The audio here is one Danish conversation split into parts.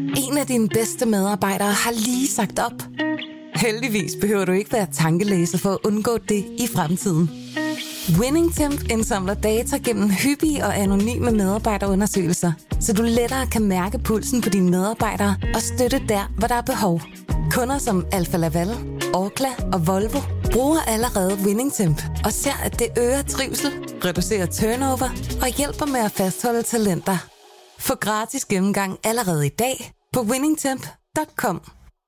En af dine bedste medarbejdere har lige sagt op. Heldigvis behøver du ikke være tankelæser for at undgå det i fremtiden. WinningTemp indsamler data gennem hyppige og anonyme medarbejderundersøgelser, så du lettere kan mærke pulsen på dine medarbejdere og støtte der, hvor der er behov. Kunder som Alfa Laval, Orkla og Volvo bruger allerede WinningTemp og ser, at det øger trivsel, reducerer turnover og hjælper med at fastholde talenter. Få gratis gennemgang allerede i dag på winningtemp.com.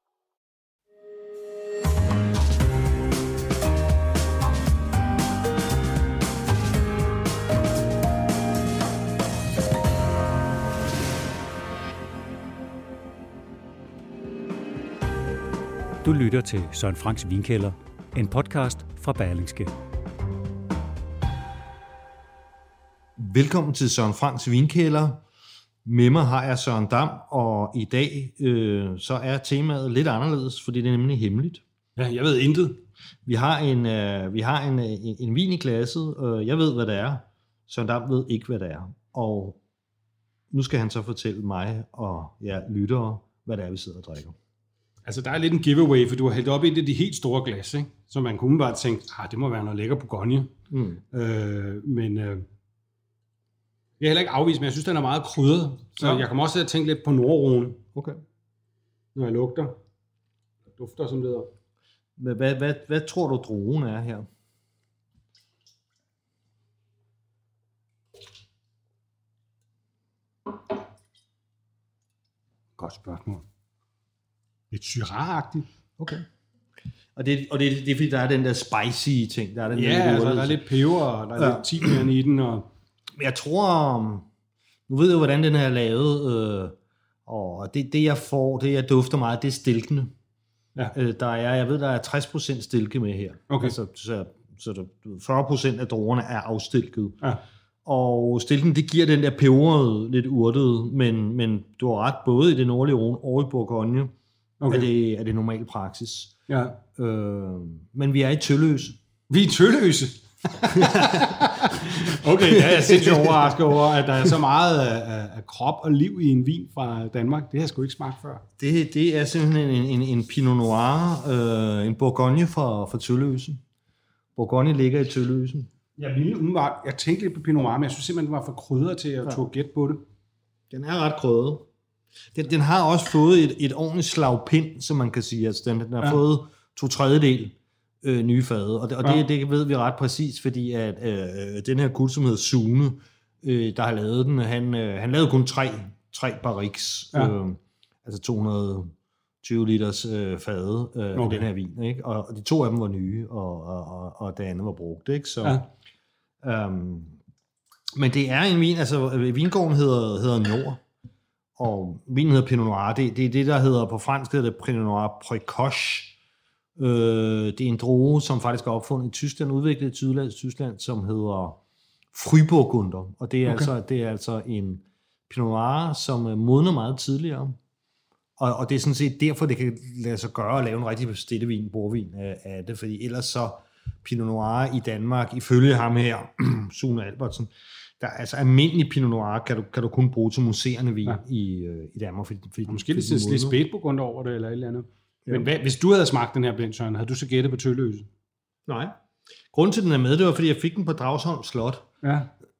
Du lytter til Søren Franks Vinkælder, en podcast fra Berlingske. Velkommen til Søren Franks Vinkælder. Med mig har jeg Søren Dam, og i dag så er temaet lidt anderledes, fordi det er nemlig hemmeligt. Ja, jeg ved intet. Vi har en vin i glasset, og jeg ved, hvad det er. Søren Dam ved ikke, hvad det er. Og nu skal han så fortælle mig og jer lyttere, hvad det er, vi sidder og drikker. Altså, der er lidt en giveaway, for du har hældt op i de helt store glas, ikke? Så man kunne bare tænke, det må være noget lækker Bourgogne. Men jeg er heller ikke afvist, men jeg synes, den er meget krydret. Så jeg kommer også til at tænke lidt på Nordrone. Okay. Når jeg lugter. Det dufter som leder. Hvad tror du, druen er her? Godt spørgsmål. Lidt syrah-agtigt. Okay. Og det er fordi, der er den der spicy ting. Der er den der er lidt peber, og der er lidt timian i den. Og jeg tror, nu ved jeg jo, hvordan den her er lavet, og det jeg får, det jeg dufter meget, det er stilkene. Ja. Jeg ved, der er 60% stilke med her. Okay. Altså, så 40% af druerne er afstilket. Ja. Og stilken, det giver den der peberede, lidt urtede, men du har ret, både i det nordlige Rhône og i Bourgogne, er det normal praksis. Ja. Men vi er i Tølløse. Vi er i Tølløse? Okay, jeg er sindssygt overrasket over, at der er så meget af krop og liv i en vin fra Danmark. Det har jeg sgu ikke smagt før. Det er simpelthen en Pinot Noir, en Bourgogne fra Tølløse. Bourgogne ligger i Tølløse. Jeg tænkte lidt på Pinot Noir, men jeg synes simpelthen, den var for krydret til at turde gætte på det. Den er ret krydret. Den har også fået et ordentligt slag pind, som man kan sige. Altså, den har fået 2/3 nye fade. Og det ved vi ret præcis, fordi at den her gut, som hedder Sune, der har lavet den, han lavede kun tre barriques. Altså 220 liters fade af den her vin. Ikke? Og de 2 af dem var nye, og det andet var brugt. Ikke? Så, men det er en vin, altså vingården hedder Nord. Og vinen hedder Pinot Noir. Det er det, der hedder på fransk, hedder det Pinot Noir Précoce. Det er en droge, som faktisk er opfundet i Tyskland, udviklet i Tyskland, som hedder Frühburgunder. Og det er altså en Pinot Noir, som modner meget tidligere. Og det er sådan set derfor, det kan lade sig gøre at lave en rigtig stillevin, bordvin af det. Fordi ellers så Pinot Noir i Danmark, ifølge ham her, Sune Albertsen, der, altså almindelig Pinot Noir kan du kun bruge til museerne vin i Danmark. Fordi måske lidt spætburgunder over det, eller et eller andet. Ja. Men hvis du havde smagt den her blend, Søren, havde du så gættet på Tølløse? Nej. Grunden til, den er med, det var, fordi jeg fik den på Dragsholm Slot. Ja.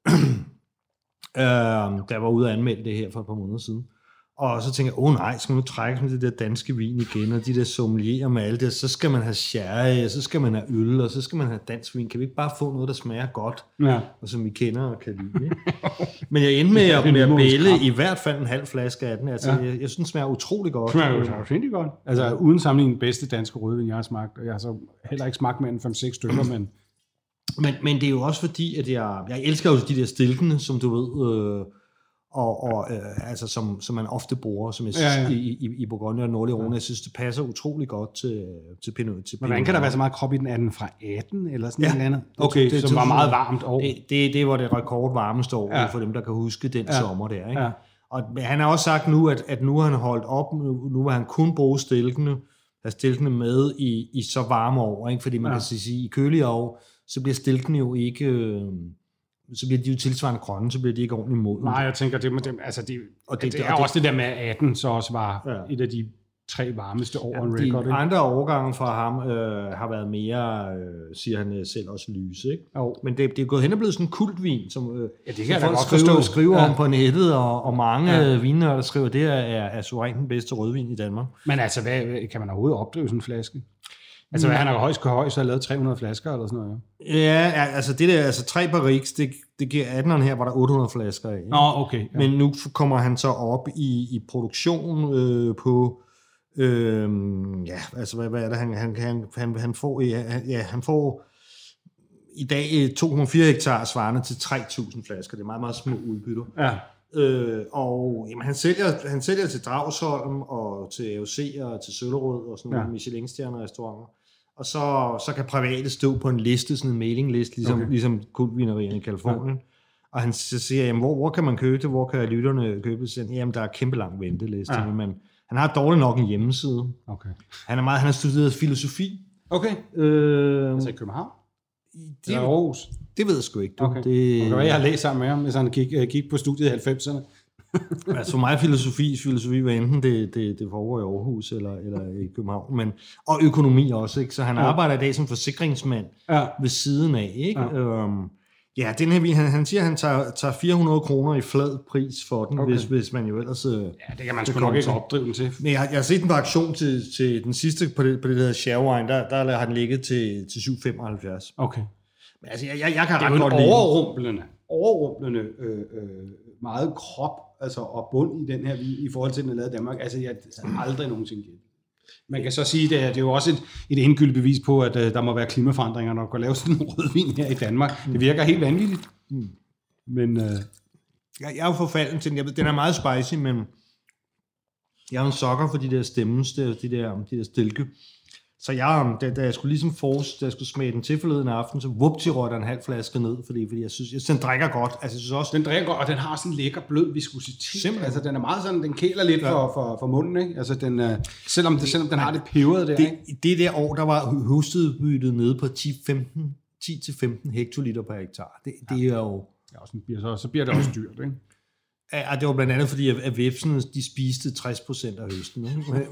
Da jeg var ude at anmelde det her for et par måneder siden. Og så tænkte jeg, nej, skal man nu trække med det der danske vin igen, og de der sommelierer med alt det, så skal man have sherry, og så skal man have øl, og så skal man have dansk vin. Kan vi ikke bare få noget, der smager godt, og som vi kender og kan lide? Ikke? Men jeg endte med at bælle i hvert fald en halv flaske af den. Altså, jeg synes, den smager utrolig godt. Det smager jo sindssygt godt. Altså, uden sammenligning den bedste danske rødvin, jeg har smagt. Og jeg har så heller ikke smagt mere end 5-6 stykker, men det er jo også fordi, at jeg elsker jo de der stilkene, som du ved, altså som man ofte bruger, som jeg synes, i Bourgogne og Nordlige Rhône. Jeg synes, det passer utrolig godt til Pinot. Hvordan kan der være så meget krop i den? Er den fra 18 eller sådan noget andet? Okay, det som var meget varmt år. Det var det rekordvarmeste år, for dem, der kan huske den sommer der. Ikke? Ja. Og han har også sagt nu, at nu har han holdt op, nu vil han kun bruge stilkene med i så varme år, ikke? Fordi man kan sige, i kølige år, så bliver stilken jo ikke så bliver de jo tilsvarende grønne, så bliver de ikke ordentligt modne. Nej, jeg tænker, det er også det der med, at 18 så også var et af de 3 varmeste år en record. De andre overgange fra ham har været mere, siger han selv, også lyse. Ikke? Men det er gået hen og blevet sådan en kultvin, som det kan jeg folk skriver om på nettet, og mange vinnere skriver, det er suverænt den bedste rødvin i Danmark. Men altså, kan man overhovedet opdrive sådan en flaske? Altså, han har højst har lavet 300 flasker eller sådan noget. Ja, altså det der, altså 3 barriques, det giver 18'eren her, var der 800 flasker af. Okay. Ja. Men nu kommer han så op i produktion på, altså hvad er det, han får, han får i dag 2,4 hektar svarende til 3.000 flasker. Det er meget, meget små udbytter. Ja. Og jamen, han sælger til Dragsholm og til AOC og til Søllerød og sådan nogle Michelin-stjerner restauranter. Og så kan private stå på en liste, sådan en mailingliste, ligesom kultvinerierne i Kalifornien. Ja. Og han siger, jamen, hvor kan man købe det? Hvor kan lytterne købe det? Jamen, der er kæmpe lang venteliste. Ja. Men han har dårligt nok en hjemmeside. Okay. Han har studeret filosofi. Okay. Altså i København? Det er Aarhus. Det ved jeg sgu ikke. Okay. Det kan være, jeg har læst sammen med ham, hvis han gik på studiet i 90'erne. Altså for mig filosofi var enten det foregår i Aarhus eller i København, og økonomi også, ikke? Så han arbejder i dag som forsikringsmand ved siden af, ikke? Ja, den her vin, han siger, han tager 400 kroner i flad pris for den, hvis man jo ellers... Ja, det kan man sgu nok ikke opdrive den til. Men jeg har set den på aktion til den sidste, på det der hedder Sharewine, der har den ligget til 7,75. Okay. Men altså, jeg kan ret godt lide overrumplende meget krop altså, og bund i den her vin, i forhold til den, der lavede i Danmark. Altså, jeg har aldrig nogensinde givet. Man kan så sige, at det er jo også et endegyldigt bevis på, at der må være klimaforandringer, når der kan lave sådan en rødvin her i Danmark. Det virker helt vanvittigt. Men jeg er jo forfalden til den. Den er meget spicy, men jeg er en sokker for de der stemmes, de der stilke. Så da jeg skulle ligesom da jeg skulle smage den til forleden aften, så røg der en halv flaske ned, fordi jeg synes, den drikker godt. Altså, jeg synes også, den drikker godt, og den har sådan en lækker blød viskositet. Simpelthen. Altså, den er meget sådan, den kæler lidt for munden, ikke? Altså, selvom den har det peberet der, ikke? Det der år, der var høstudbyttet nede på 10-15 hektoliter per hektar. Det er jo... Ja, så bliver det også dyrt, ikke? Ja, det var blandt andet fordi, at vepsene, de spiste 60% af høsten.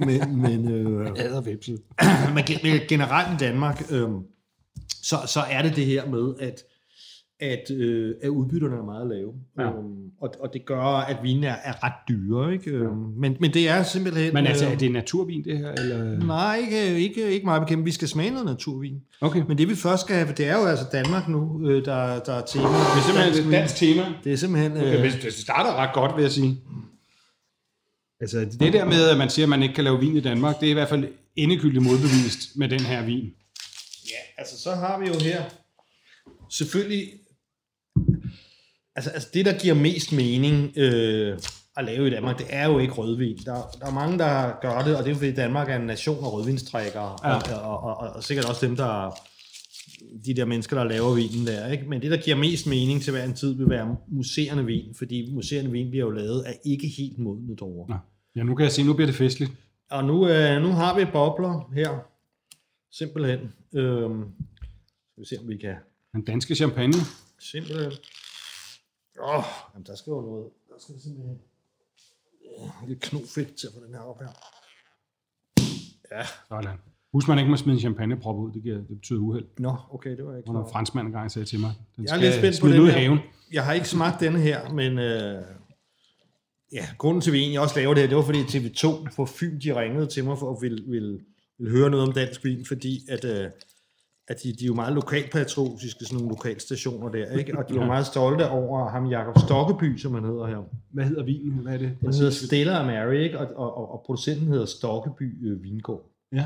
Men generelt i Danmark, så er det her med, at udbytterne er meget lave. Ja. Og det gør, at vinen er ret dyre. Ikke? Ja. Men det er simpelthen... Men altså, er det naturvin, det her? Eller? Nej, ikke meget bekendt. Vi skal smage noget naturvin. Okay. Men det vi først skal have, det er jo altså Danmark nu, der er tema. Det er simpelthen et dansk tema. Det er simpelthen... Okay, det starter ret godt, vil jeg sige. Altså, det der med, at man siger, at man ikke kan lave vin i Danmark, det er i hvert fald endegyldigt modbevist med den her vin. Ja, altså så har vi jo her selvfølgelig... Altså det, der giver mest mening at lave i Danmark, det er jo ikke rødvin. Der er mange, der gør det, og det er fordi Danmark er en nation af rødvinstrækkere, og sikkert også dem, de der mennesker, der laver vinen der. Ikke? Men det, der giver mest mening til hver en tid, vil være museerne vin, fordi museerne vin bliver jo lavet af ikke helt modne druer. Ja, nu kan jeg se, nu bliver det festligt. Og nu har vi bobler her, simpelthen. Skal vi se, om vi kan... Den danske champagne. Simpelthen. Jamen, der skal jo noget. Der skal simpelthen lidt knofedt til at få den her op her. Ja. Sådan. Husk, man ikke må smide en champagneprop ud. Det betyder uheld. Nå, okay, det var ikke klar. Franskmand engang sagde til mig. Jeg er lidt spændt på den her. Jeg har ikke smagt denne her, men grunden til, at vi egentlig også laver det her, det var fordi TV2 på Fyn, de ringede til mig for at ville høre noget om dansk vin, fordi at de er jo meget lokalpatriotiske, sådan nogle lokalstationer der, ikke? Og de var meget stolte over ham, Jakob Stokkeby, som han hedder her. Hvad hedder vinen? Hvad er det? Den hedder Stella Mary, ikke? Og producenten hedder Stokkeby Vingård. Ja.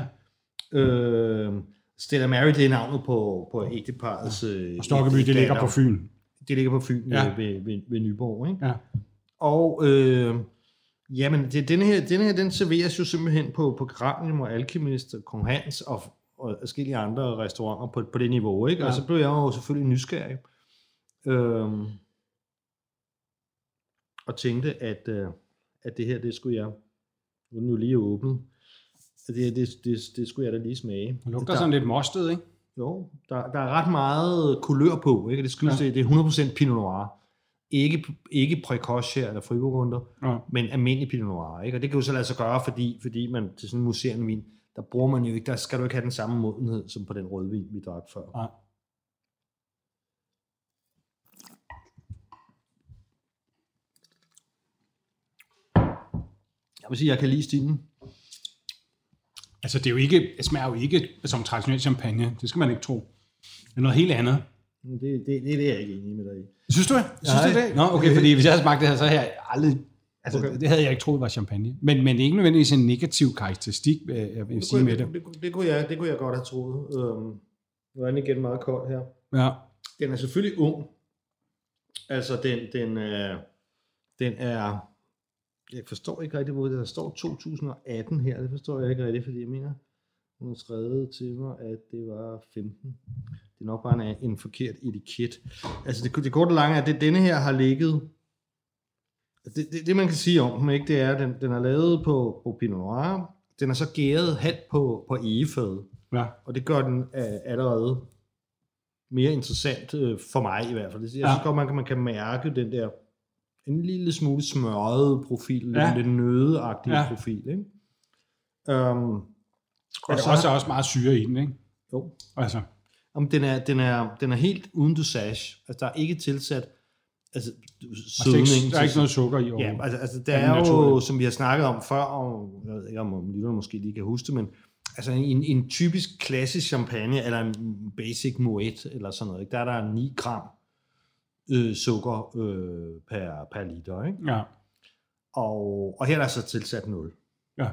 Stella Mary, det er navnet på ægteparrets... Og Stokkeby, det ligger på Fyn. Det ligger på Fyn ved Nyborg, ikke? Ja. Og jamen, denne her, den serveres jo simpelthen på Granium og Alkymist og Kong Hans og forskellige andre restauranter på det niveau, ikke? Ja. Og så blev jeg jo selvfølgelig nysgerrig. Og tænkte, at det her, det skulle jeg... Nu er den jo lige åbnet. Det skulle jeg da lige smage. Det lugter sådan lidt mostet, ikke? Jo, der er ret meget kulør på, ikke? Det skyldes det er 100% Pinot Noir. Ikke Précoce her, eller Fribourgunder, men almindelig Pinot Noir, ikke? Og det kan jo så lade sig gøre, fordi man til sådan en muserende vin, der bruger man jo ikke, der skal du ikke have den samme modenhed, som på den rødvin, vi drak før. Nej. Jeg vil sige, jeg kan lide stilen. Altså, det smager jo ikke som traditionel champagne. Det skal man ikke tro. Det er noget helt andet. Det er jeg ikke enig med dig i. Synes du det? Synes du det? Nå, okay, fordi hvis jeg havde smagt det her, så havde jeg aldrig... Altså, det havde jeg ikke troet var champagne. Men det er ikke nødvendigvis en negativ karakteristik, jeg vil sige med det. Det kunne jeg godt have troet. Nu er den igen meget kold her. Ja. Den er selvfølgelig ung. Altså, den er... Jeg forstår ikke rigtig, hvor der står 2018 her. Det forstår jeg ikke rigtig, fordi jeg mener, hun har skrevet til mig, at det var 15. Det er nok bare en forkert etiket. Altså, det korte og lange er, at denne her har ligget... Det man kan sige om den, ikke, det er, at den er lavet på Pinot Noir. Den er så gæret halvt på egefad. Ja. Og det gør den allerede mere interessant for mig i hvert fald. Jeg synes godt, man kan mærke den der en lille smule smørret profil, lidt nødeagtig profil, ikke? Og så også meget syre i den, ikke? Jo. Altså. Den er helt uden dosage. Altså, der er ikke tilsat sødning. Der er ikke noget sukker i. Ja, altså der er jo, som vi har snakket om før, og jeg ved ikke, om lytterne måske lige kan huske det, men altså en typisk klassisk champagne, eller en basic Moet, eller sådan noget, ikke? Der er der 9 gram sukker per liter, ikke? Ja. Og her er der så tilsat 0. Ja.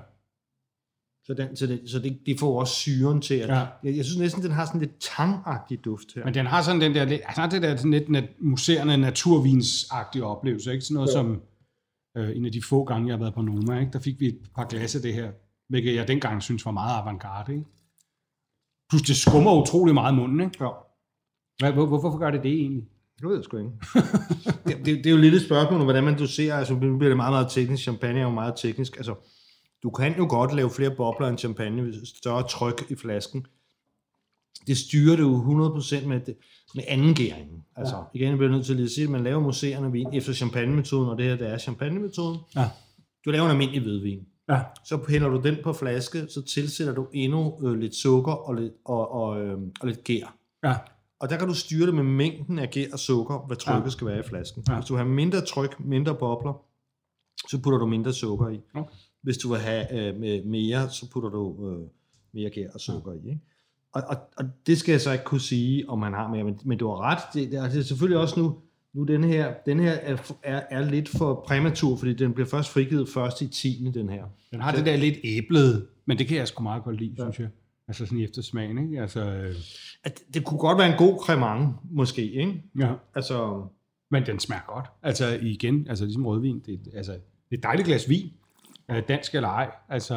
Så det får også syren til, at jeg synes næsten, den har sådan lidt tangagtig duft her. Men den har sådan den der lidt muserende naturvinsagtige oplevelse, ikke? Sådan noget som en af de få gange, jeg har været på Noma, ikke? Der fik vi et par glas af det her, hvilket jeg dengang synes var meget avantgarde, ikke? Plus det skummer utrolig meget i munden, ikke? Ja. Hvorfor gør det egentlig? Det ved jeg sgu ikke. det er jo lidt et spørgsmål, hvordan man doserer. Altså, nu bliver det meget, meget teknisk. Champagne er jo meget teknisk. Altså, du kan jo godt lave flere bobler end champagne med større tryk i flasken. Det styrer det jo 100% med anden gæringen. Altså, igen, jeg bliver nødt til lige at sige, at man laver muserende vin efter champagne-metoden, og det her, det er champagne-metoden. Ja. Du laver en almindelig hvidvin. Ja. Så hælder du den på flaske, så tilsætter du endnu lidt sukker og lidt gær. Ja. Og der kan du styre det med mængden af gær og sukker, hvad trykket skal være i flasken. Ja. Hvis du har mindre tryk, mindre bobler, så putter du mindre sukker i. Okay. Hvis du vil have mere, så putter du mere gær og sukker i. Ikke? Og det skal jeg så ikke kunne sige, om man har mere, men du har ret. Det er selvfølgelig også nu den her er lidt for præmatur, fordi den bliver først frigivet først i 10. den her. Den har det der lidt æblet, men det kan jeg sgu meget godt lide, synes jeg. Altså sådan i eftersmagen, ikke? Altså, det kunne godt være en god cremant, måske, ikke? Ja. Altså, men den smager godt. Altså igen, altså ligesom rødvin, det er et dejligt glas vin, dansk eller ej. Altså,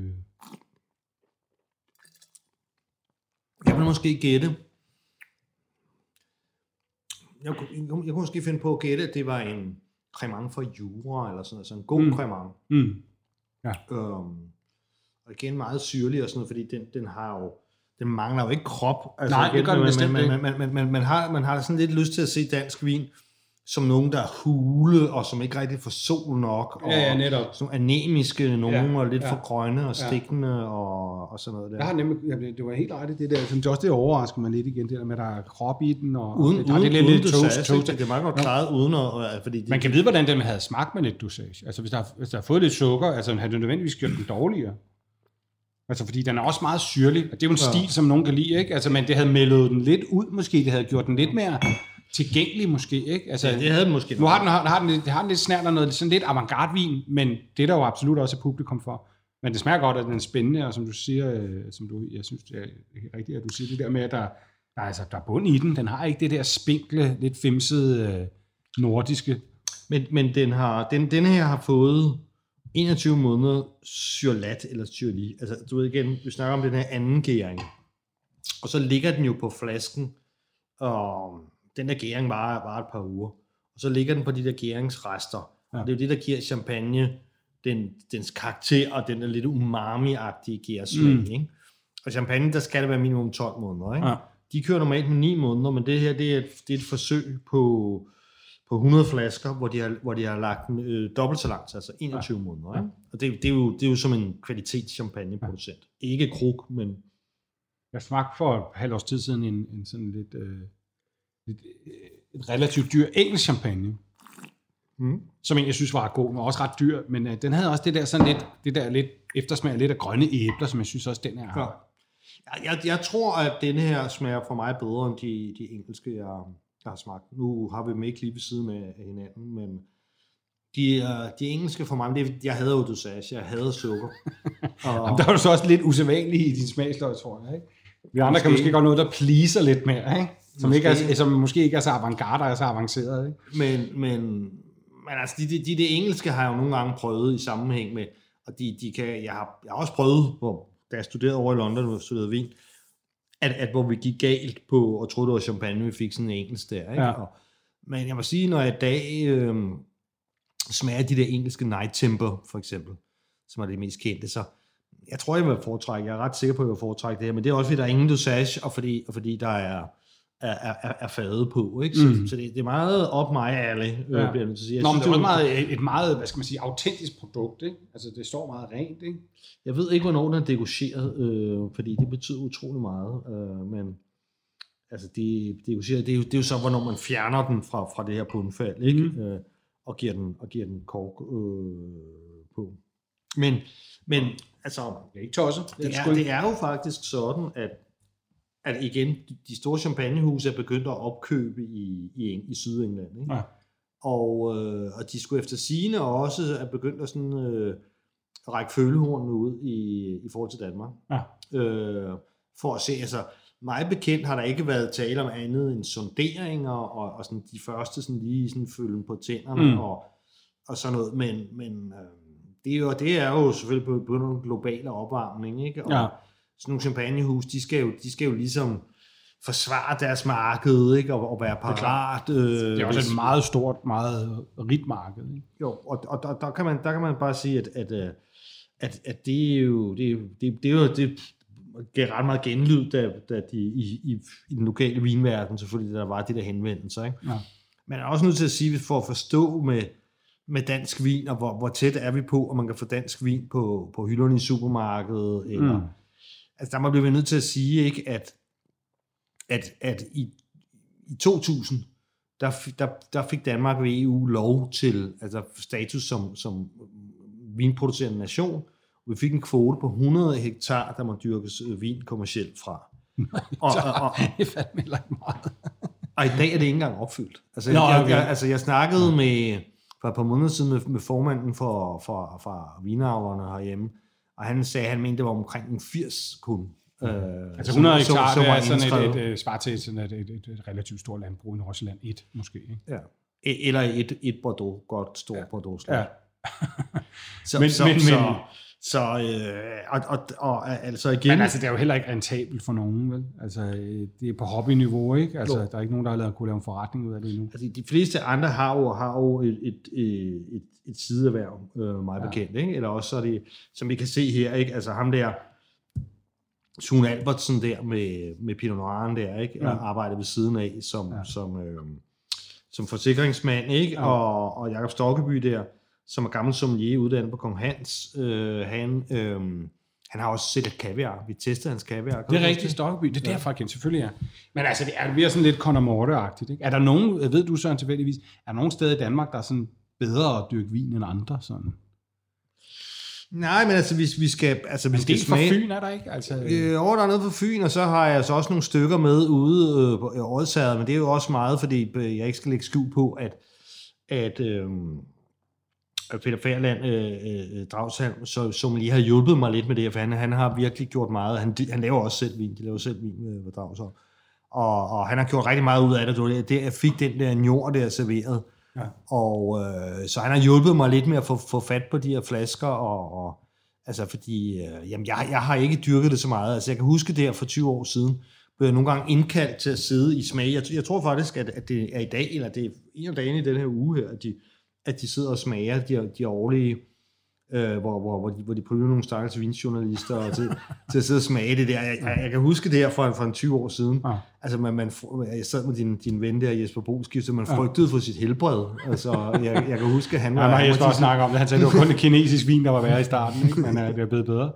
jeg vil måske gætte. Jeg kunne måske finde på at gætte, at det var en cremant fra Jura, eller sådan noget, så en god cremant. Ja. Og igen meget syrlig og sådan noget, fordi den mangler jo ikke krop. Altså, nej, det gør den bestemt ikke. Man har sådan lidt lyst til at se dansk vin som nogen, der er hule, og som ikke rigtig får sol nok, og som anemiske nogen, og lidt for grønne og stikkende, og sådan noget der. Jeg har nemlig, det var helt ret det der, som også det overrasker mig lidt igen, det der med, at der er krop i den, og uden det er lidt toast. Det er meget godt klaret uden at... Fordi man kan vide, hvordan den havde smagt med lidt dosage. Altså hvis der har fået lidt sukker, altså havde det nødvendigvis gjort den dårligere. Altså, fordi den er også meget syrlig, og det er jo en stil, som nogen kan lide, ikke? Altså, men det havde meldet den lidt ud, måske. Det havde gjort den lidt mere tilgængelig, måske, ikke? Altså, det havde den måske. Nu har den lidt snært af noget, sådan lidt avantgarde-vin, men det er der jo absolut også et publikum for. Men det smager godt, at den er spændende, og som du siger, jeg synes, det er rigtigt, at du siger det der med, at der er bund i den. Den har ikke det der spinkle, lidt femsede nordiske. Men den her har fået 21 måneder syrlat eller syrli. Altså, du ved igen, vi snakker om den her anden gæring. Og så ligger den jo på flasken, og den der gæring varer et par uger. Og så ligger den på de der gæringsrester. Ja. Og det er jo det, der giver champagne dens karakter, og den er lidt umami-agtige gærsmag. Ikke? For champagne, der skal det være minimum 12 måneder, ikke? Ja. De kører normalt med 9 måneder, men det her, det er et forsøg på 100 flasker, hvor de har lagt dobbelt så langt, altså 21 måneder, ikke? Og det er jo som en kvalitetschampagneproducent. Ikke krug, men... Jeg smagte for et halvt års tid siden en sådan lidt et relativt dyr engelsk champagne, som jeg synes var god, men også ret dyr, men den havde også det der lidt eftersmag lidt af grønne æbler, som jeg synes også, den er. Jeg tror, at denne her smager for mig bedre end de engelske, jeg har smagt. Nu har vi dem ikke lige ved siden af hinanden, men de engelske for mig, jeg hader jo dosage, jeg hader sukker. Og der er du så også lidt usædvanlig i din smagsløg, tror jeg, ikke? Vi andre kan måske godt noget, der pleaser lidt mere, ikke? Som måske ikke er så avantgarde og er så avanceret, ikke? Men altså, de engelske har jeg jo nogle gange prøvet i sammenhæng med, og jeg har også prøvet, da jeg studerede over i London, hvor jeg studerede vin, at hvor vi gik galt på, og troede det var champagne, vi fik sådan en engelsk der, ikke? Ja. Men jeg må sige, når jeg i dag smager de der engelske Night Timber, for eksempel, som er det mest kendte, så jeg tror, jeg vil foretrække, jeg er ret sikker på, at jeg vil foretrække det her, men det er også, fordi der er ingen dosage, og fordi der er fadet på, ikke? Så det er meget op mig alle, bliver jeg nødt til at sige. Nå, men det er et meget, hvad skal man sige, autentisk produkt, ikke? Altså, det står meget rent, ikke? Jeg ved ikke, hvornår den er degorgeret, fordi det betyder utrolig meget, men altså, degorgeret, det er jo så, hvornår man fjerner den fra det her bundfald, ikke? Og giver den kork på. Men altså, det er ikke tosset. Det er jo faktisk sådan, at igen, de store champagnehuse er begyndt at opkøbe i Sydengland, ikke? Ja. Og de skulle efter sigende også er begyndt at sådan, række følehornene ud i forhold til Danmark. Ja. For at se, altså mig bekendt har der ikke været tale om andet end sonderinger og sådan de første sådan lige sådan følgen på tænderne og sådan noget, men det er jo selvfølgelig på grund af en global opvarmning, ikke? Og sådan nogle champagnehus, de skal jo ligesom forsvare deres marked, ikke? Og være parat. Det er også et meget stort, meget rigt marked, ikke? Jo, og der kan man bare sige, at det er jo det gav ret meget genlyd, da de i den lokale vinverden, selvfølgelig, der var de der henvendelser, ikke? Ja. Man er også nødt til at sige, for at forstå med dansk vin, og hvor tæt er vi på, og man kan få dansk vin på hylderne i supermarkedet, eller... Altså, der må blive nødt til at sige, ikke, at i 2000, der fik Danmark ved EU lov til, altså status som vinproducerende nation. Vi fik en kvote på 100 hektar, der må dyrkes vin kommercielt fra. Det er fandme langt meget. Og i dag er det ikke engang opfyldt. Altså, jeg snakkede for et par måneder siden med formanden for vinavlerne herhjemme, og han sagde, at han mente, det var omkring 80 kun. Altså 100 hektar, det er sådan et svar til sådan et relativt stort landbrug i Nordsjælland 1, måske. Ikke? Ja. Eller et Bordeaux, godt stort Bordeaux. Ja. Altså igen... Men altså, det er jo heller ikke rentabelt for nogen, vel? Altså, det er på hobbyniveau, ikke? Altså, der er ikke nogen, der har kunne lave en forretning ud af det endnu. Altså, de fleste andre har jo et sideerhverv, meget bekendt, ikke? Eller også så er det, som vi kan se her, ikke? Altså ham der, Sune Albertsen der med Pinot Noir'en der, ikke? Ja. Arbejder ved siden af som forsikringsmand, ikke? Ja. Og Jakob Stokkeby der, som er gammel sommelier uddannet på Kong Hans, han har også set et kaviar. Vi testede hans kaviar. Det er rigtigt, Stokkeby. Det er derfor, jeg selvfølgelig er. Men altså, det er mere sådan lidt Conor Morte-agtigt, ikke? Er der nogen, ved du Søren tilfældigvis, er der nogen steder i Danmark, der er sådan bedre at dyrke vin end andre? Sådan? Nej, men altså, vi skal smage... for Fyn, er der ikke? Altså... der er noget på Fyn, og så har jeg altså også nogle stykker med ude på Odsherred, men det er jo også meget, fordi jeg ikke skal lægge skjul på, at Peter Færland, Dragsholm, som lige har hjulpet mig lidt med det, for han har virkelig gjort meget. Han laver også selv vin. De laver selv vin med Dragsholm. Og han har gjort rigtig meget ud af det. Det var det, jeg fik den der njord der serveret. Ja. Og så han har hjulpet mig lidt med at få fat på de her flasker. Og altså fordi, jeg har ikke dyrket det så meget. Altså jeg kan huske der for 20 år siden, blev jeg nogle gange indkaldt til at sidde i smage. Jeg tror faktisk, at det er i dag, eller det er en af dagene i den her uge her, at de sidder og smager de årlige hvor de prøvede nogle stakkels vinjournalister og til at sidde og smage det der. Jeg kan huske det her for en 20 år siden. Altså, jeg sad med din ven der, Jesper Boski, så man frygtede for sit helbred. Altså, jeg kan huske, at han var... Jeg skal også snakke om det. Han sagde, det var kun det kinesisk vin, der var værre i starten, ikke? Men det er blevet bedre.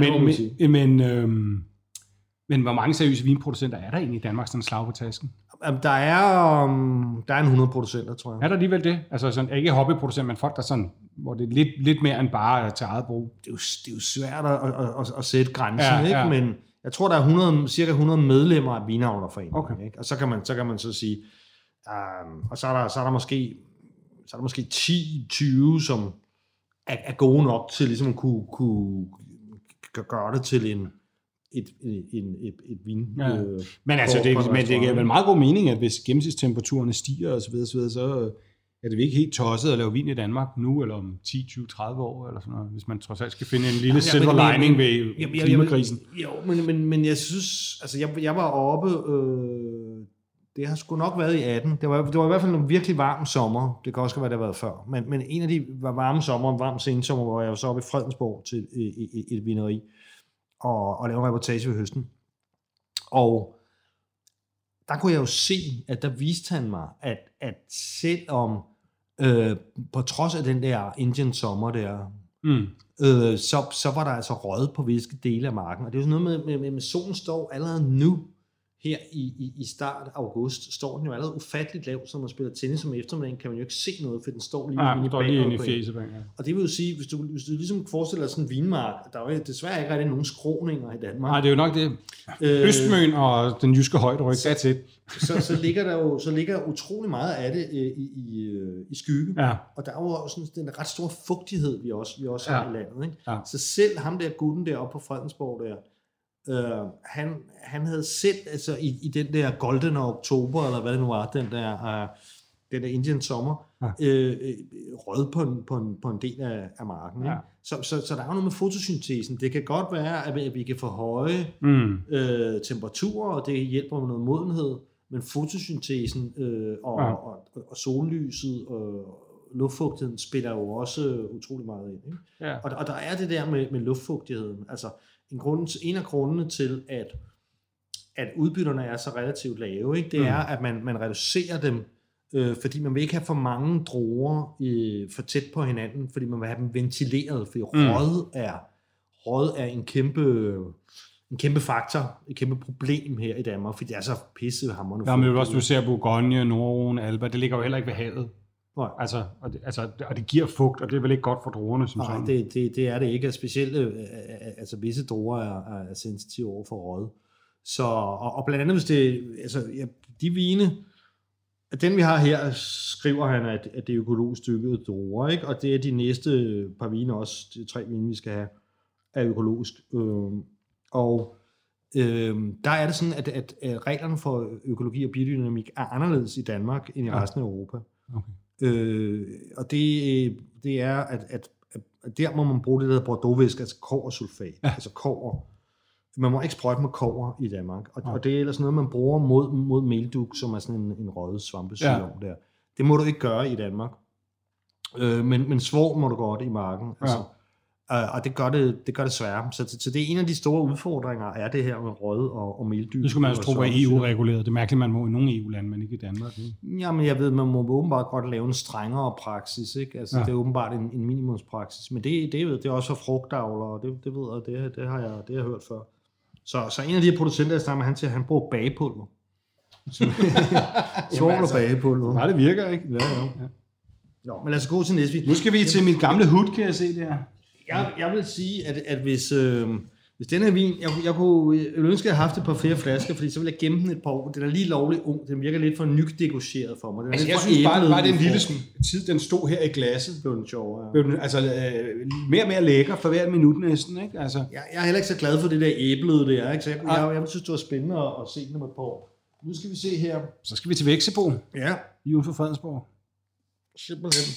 Men hvor mange seriøse vinproducenter er der egentlig i Danmark, sådan en slag på tasken? Der er en 100 producenter, tror jeg. Er der alligevel det? Altså sådan, ikke hobbyproducenter, men folk, der sådan, hvor det er lidt mere end bare til eget brug. Det er jo svært at sætte grænsen, ikke? Men jeg tror, der er cirka 100 medlemmer af vinavlerforeningen. Okay. Ikke? Og så kan man så sige, og så er der måske 10-20, som er gode nok til ligesom at kunne gøre det til et vin. Men altså, det giver vel meget god mening, at hvis gennemsnitstemperaturen stiger og så videre, så er det ikke helt tosset at lave vin i Danmark nu, eller om 10, 20, 30 år, eller sådan noget, hvis man trods alt skal finde en lille silver lining ved klimakrisen. Jo, men jeg synes, altså jeg var oppe, det har sgu nok været i 18, det var i hvert fald en virkelig varm sommer, det kan også være, det har været før, men en af de varme sommer, en varm sensommer, hvor jeg var så oppe i Fredensborg til et vineri, og lave en reportage ved høsten. Og der kunne jeg jo se, at der viste han mig, at selvom på trods af den der Indian sommer der, så var der altså rød på visse dele af marken. Og det er jo sådan noget med solen står allerede nu, her i start af august, står den jo allerede ufatteligt lav, så når man spiller tennis om eftermiddagen, kan man jo ikke se noget, for den står lige inde i fjeset. Og det vil jo sige, hvis du ligesom forestiller dig sådan en vinmark, der er jo desværre ikke rigtig nogen skråninger i Danmark. Nej, det er jo nok det. Østmøn og den jyske højderyg, that's it. Så ligger utrolig meget af det i skygge. Ja. Og der er jo sådan den ret store fugtighed, vi også har i landet. Ikke? Ja. Så selv ham der gutten deroppe på Fredensborg der, han havde selv altså i den der Golden Oktober, eller hvad det nu var, den der Indian sommer, rød på en del af marken. Ikke? Så der er jo noget med fotosyntesen. Det kan godt være, at vi kan få høje temperaturer, og det hjælper med noget modenhed, men fotosyntesen og sollyset og luftfugtigheden spiller jo også utrolig meget ind. Ikke? Ja. Og der er det der med luftfugtigheden. Altså en af grundene til, at udbytterne er så relativt lave, ikke? Det er, at man reducerer dem, fordi man vil ikke have for mange druer for tæt på hinanden, fordi man vil have dem ventileret, fordi rød er en kæmpe faktor, et kæmpe problem her i Danmark, fordi det er så pissehamrende. Ja, men også du ser Bourgogne, Nordrhone, Alba, det ligger jo heller ikke ved havet. Og det giver fugt, og det er vel ikke godt for druerne som sådan? Nej, det er det ikke. Specielt visse druer er sensitive over for rød. Så, og blandt andet, hvis de vine, den vi har her, skriver han, at det er økologisk stykkede druer, ikke? Og det er de næste par vine også, de 3 vine, vi skal have, er økologisk. Der er det sådan, at reglerne for økologi og biodynamik er anderledes i Danmark end i resten af Europa. Okay. Og det er, at der må man bruge det, der hedder bordeauxvæske, altså kobbersulfat, altså kobber. Man må ikke sprøjte med kobber i Danmark, og det er ellers noget, man bruger mod meldug, som er sådan en rød svampesygdom der. Det må du ikke gøre i Danmark. Men svovl må du godt i marken. Altså, og det gør det sværere. Så det er en af de store udfordringer, er det her med rød og meldug. Det skulle man også tro, at EU reguleret. Det er mærkeligt, man må i nogle EU-lande, men ikke i Danmark. Ikke? Jamen, jeg ved, man må åbenbart godt lave en strengere praksis. Ikke? Altså, det er åbenbart en minimumspraksis. Men det er også for frugtavler, og det ved jeg, det har jeg hørt før. Så en af de her producenter, jeg snakker med, han siger, at han bruger bagepulver. Svovl og bagepulver. Nej, det virker, ikke? Ja. Jo, men lad os gå til næste. Nu skal vi til mit gamle hud, kan jeg se det her. Jeg vil sige, at hvis den her vin, jeg kunne ønske, at jeg havde haft et par flere flasker, fordi så ville jeg gemme den et par år. Den er lige lovligt ung. Den virker lidt for nydegorgeret for mig. Jeg synes bare den lille tid, den stod her i glasset. Blev den sjovere. Ja. Blev den, mere og mere lækker for hver minut næsten, ikke? Altså. Jeg er heller ikke så glad for det der æblede der, ikke? Så jeg synes, det var spændende at se den om et par år. Nu skal vi se her. Så skal vi til Vexebo. Ja. Lige uden for Fredensborg. Simpelthen.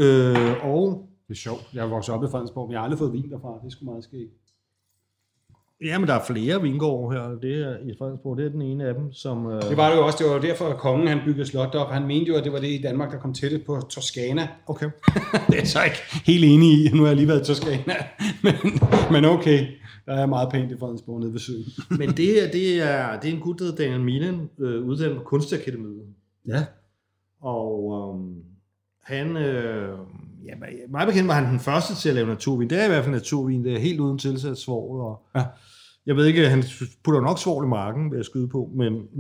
Og det er sjovt. Jeg har vokset op i Fredensborg, men jeg har aldrig fået vin derfra. Det er sgu meget skægt. Ja, men der er flere vingårde her. Det er i Fredensborg, det er den ene af dem, som... Det var det jo også. Det var derfor, at kongen han byggede slot op. Han mente jo, at det var det i Danmark, der kom tættet på Toskana. Okay. Det er så ikke helt enig i. Nu har jeg lige været i Toskana. Men okay. Der er meget pænt i Fredensborg nede ved søen. Men det her, det er en gut, der hedder Daniel Milen, uddannet på Kunstakademiet. Ja. Og han... meget bekendt var han den første til at lave naturvin. Det er i hvert fald naturvin. Det er helt uden tilsat svovl. Og ja. Jeg ved ikke, han putter nok svovl i marken, vil jeg skyde på,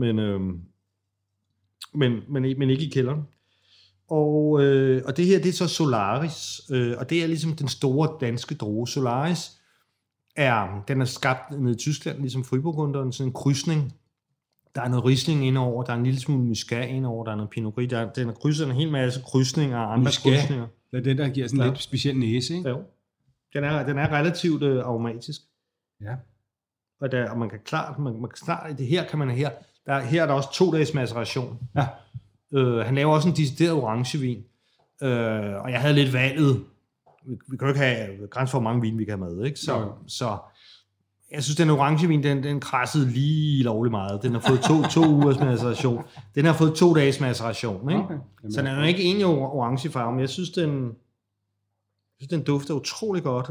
men ikke i kælderen. Og det her, det er så Solaris, og det er ligesom den store danske droge. Solaris den er skabt nede i Tyskland, ligesom Friburgunderen, sådan en krydsning. Der er noget Riesling indover, der er en lille smule Muscat indover, der er noget Pinot Gris, den er krydset en hel masse krydsninger og andre krydsninger. Det er den, der giver sådan en lidt speciel næse, ikke? Jo. Den er relativt aromatisk. Ja. Og man kan klart, her er der også 2 dages maceration. Ja. Han laver også en decideret orangevin. Og jeg havde lidt valget. Vi kan jo ikke have grænser for, hvor mange vin vi kan have med, ikke? Så jeg synes, den orangevin, den krassede lige lovlig meget. Den har fået 2 ugers maceration. Den har fået 2 dages maceration, ikke? Okay. Så den er ikke enig orangefarve, men jeg synes, den dufter utrolig godt.